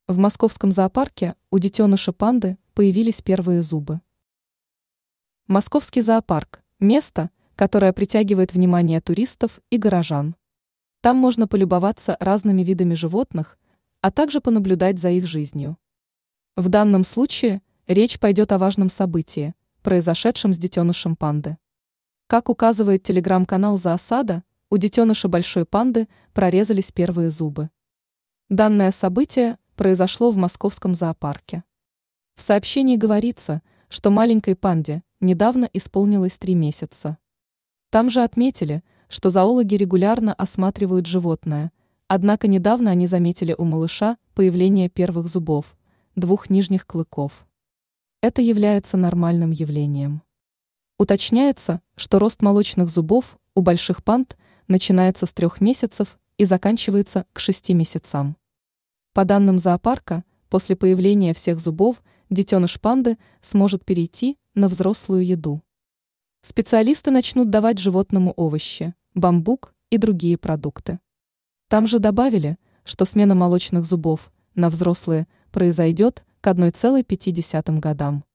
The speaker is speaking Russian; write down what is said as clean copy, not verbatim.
В московском зоопарке у детеныша панды появились первые зубы. Московский зоопарк – место, которое притягивает внимание туристов и горожан. Там можно полюбоваться разными видами животных, а также понаблюдать за их жизнью. В данном случае речь пойдет о важном событии, произошедшем с детенышем панды. Как указывает телеграм-канал «Зоосада», у детеныша большой панды прорезались первые зубы. Данное событие произошло в московском зоопарке. В сообщении говорится, что маленькой панде недавно исполнилось 3 месяца. Там же отметили, что зоологи регулярно осматривают животное, однако недавно они заметили у малыша появление первых зубов, 2 нижних клыков. Это является нормальным явлением. Уточняется, что рост молочных зубов у больших панд начинается с 3 месяцев и заканчивается к 6 месяцам. По данным зоопарка, после появления всех зубов детеныш панды сможет перейти на взрослую еду. Специалисты начнут давать животному овощи, бамбук и другие продукты. Там же добавили, что смена молочных зубов на взрослые произойдет к 1,5 годам.